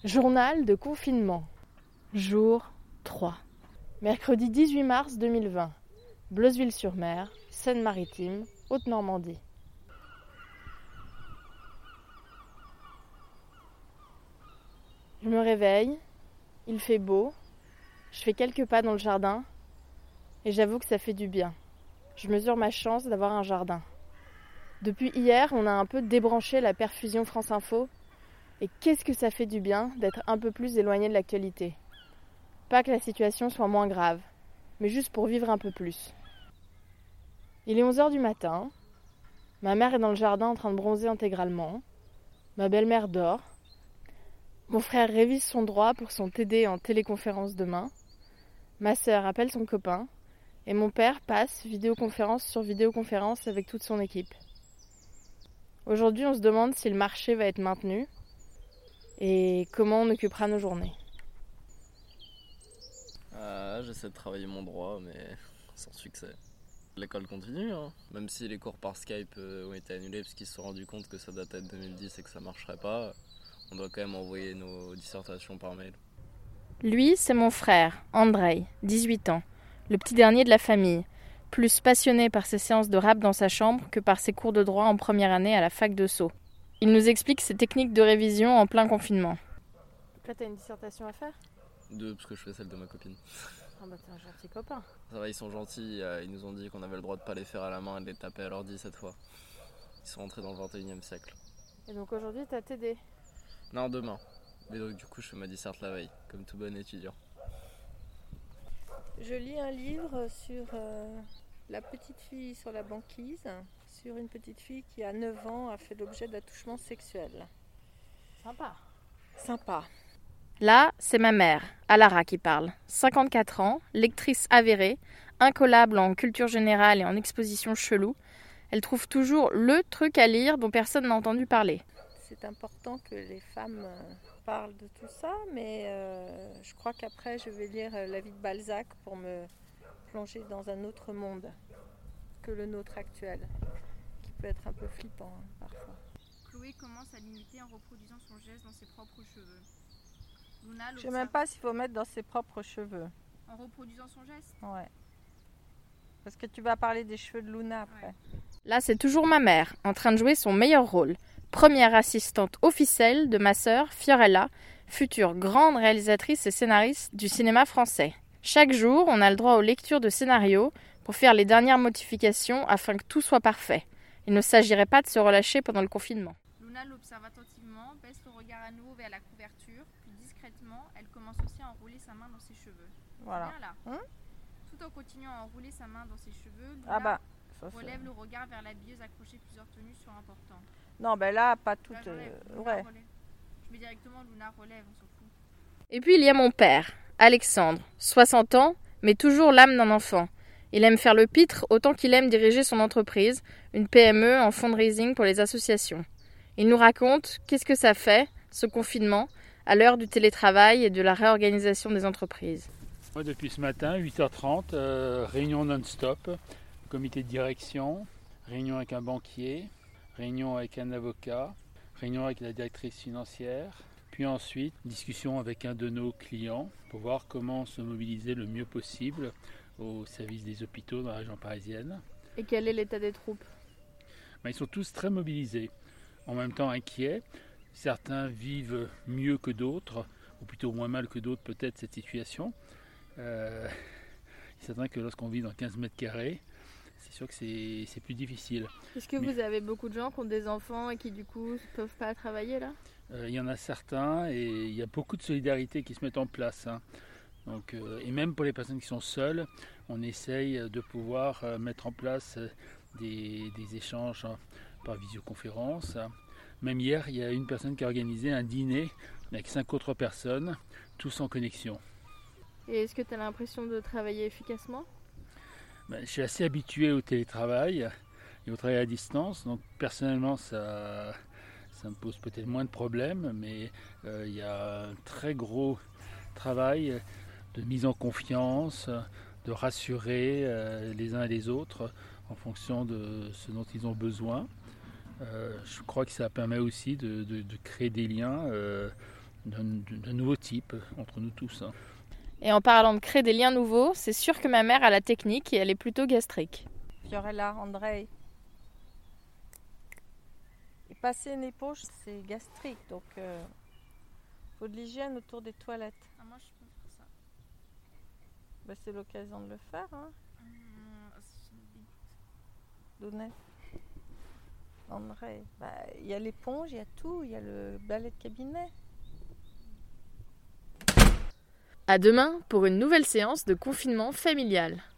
Journal de confinement. Jour 3. Mercredi 18 mars 2020. Bleuzeville-sur-Mer, Seine-Maritime, Haute-Normandie. Je me réveille, il fait beau, je fais quelques pas dans le jardin et j'avoue que ça fait du bien. Je mesure ma chance d'avoir un jardin. Depuis hier, on a un peu débranché la perfusion France Info et qu'est-ce que ça fait du bien d'être un peu plus éloigné de l'actualité. Pas que la situation soit moins grave, mais juste pour vivre un peu plus. Il est 11h du matin, ma mère est dans le jardin en train de bronzer intégralement, ma belle-mère dort, mon frère révise son droit pour son TD en téléconférence demain, ma sœur appelle son copain, et mon père passe vidéoconférence sur vidéoconférence avec toute son équipe. Aujourd'hui, on se demande si le marché va être maintenu et comment on occupera nos journées. J'essaie de travailler mon droit, mais sans succès. L'école continue, hein. Même si les cours par Skype ont été annulés parce qu'ils se sont rendus compte que ça datait de 2010 et que ça marcherait pas, on doit quand même envoyer nos dissertations par mail. Lui, c'est mon frère, Andrei, 18 ans, le petit dernier de la famille, plus passionné par ses séances de rap dans sa chambre que par ses cours de droit en première année à la fac de Sceaux. Il nous explique ses techniques de révision en plein confinement. Là, t'as une dissertation à faire ? Parce que je fais celle de ma copine. Ah bah t'es un gentil copain. Ça va, ils sont gentils, ils nous ont dit qu'on avait le droit de pas les faire à la main et de les taper à l'ordi cette fois. Ils sont rentrés dans le 21e siècle. Et donc aujourd'hui, t'as TD ? Non, demain. Mais donc du coup, je fais ma disserte la veille, comme tout bon étudiant. Je lis un livre sur la petite fille sur la banquise, sur une petite fille qui à 9 ans a fait l'objet d'attouchements sexuels. Sympa. Là, c'est ma mère, Alara, qui parle. 54 ans, lectrice avérée, incollable en culture générale et en exposition chelou. Elle trouve toujours le truc à lire dont personne n'a entendu parler. C'est important que les femmes parlent de tout ça, mais je crois qu'après je vais lire La vie de Balzac pour me plonger dans un autre monde que le nôtre actuel, qui peut être un peu flippant parfois. Chloé commence à l'imiter en reproduisant son geste dans ses propres cheveux. Luna Je ne sais même pas s'il faut mettre dans ses propres cheveux. En reproduisant son geste ? Ouais. Parce que tu vas parler des cheveux de Luna après. Ouais. Là, c'est toujours ma mère, en train de jouer son meilleur rôle. Première assistante officielle de ma sœur, Fiorella, future grande réalisatrice et scénariste du cinéma français. Chaque jour, on a le droit aux lectures de scénarios pour faire les dernières modifications afin que tout soit parfait. Il ne s'agirait pas de se relâcher pendant le confinement. Luna l'observe attentivement, baisse le regard à nouveau vers la couverture, puis discrètement, elle commence aussi à enrouler sa main dans ses cheveux. Voilà. Bien là. Tout en continuant à enrouler sa main dans ses cheveux, Luna ça, relève le regard vers l'habilleuse accrochée plusieurs tenues sur un portant. Non, là, pas toutes. Ouais. Je mets directement Luna relève, on s'en fout. Et puis il y a mon père, Alexandre, 60 ans, mais toujours l'âme d'un enfant. Il aime faire le pitre autant qu'il aime diriger son entreprise, une PME en fundraising pour les associations. Il nous raconte qu'est-ce que ça fait, ce confinement, à l'heure du télétravail et de la réorganisation des entreprises. Moi, depuis ce matin, 8h30, réunion non-stop, comité de direction, réunion avec un banquier, réunion avec un avocat, réunion avec la directrice financière, puis ensuite discussion avec un de nos clients pour voir comment se mobiliser le mieux possible au service des hôpitaux dans la région parisienne. Et quel est l'état des troupes ? Ils sont tous très mobilisés, en même temps inquiets. Certains vivent mieux que d'autres, ou plutôt moins mal que d'autres peut-être cette situation. Il est certain que lorsqu'on vit dans 15 mètres carrés, c'est sûr que c'est plus difficile. Est-ce que vous avez beaucoup de gens qui ont des enfants et qui du coup ne peuvent pas travailler là ? Il y en a certains et il y a beaucoup de solidarité qui se mettent en place. Donc, et même pour les personnes qui sont seules, on essaye de pouvoir mettre en place des échanges par visioconférence. Même hier, il y a une personne qui a organisé un dîner avec 5 autres personnes, tous en connexion. Et est-ce que tu as l'impression de travailler efficacement ? Je suis assez habitué au télétravail et au travail à distance, donc personnellement ça me pose peut-être moins de problèmes, mais il y a un très gros travail de mise en confiance, de rassurer les uns et les autres en fonction de ce dont ils ont besoin. Je crois que ça permet aussi de créer des liens d'un nouveau type entre nous tous. Hein. Et en parlant de créer des liens nouveaux, c'est sûr que ma mère a la technique et elle est plutôt gastrique. Fiorella, Andrei. Et passer une éponge, c'est gastrique, donc faut de l'hygiène autour des toilettes. Ah, moi, je peux faire ça. Bah, c'est l'occasion de le faire, hein. C'est une bite. Donnet. Andrei. Bah, il y a l'éponge, il y a tout, il y a le balai de cabinet. À demain pour une nouvelle séance de confinement familial.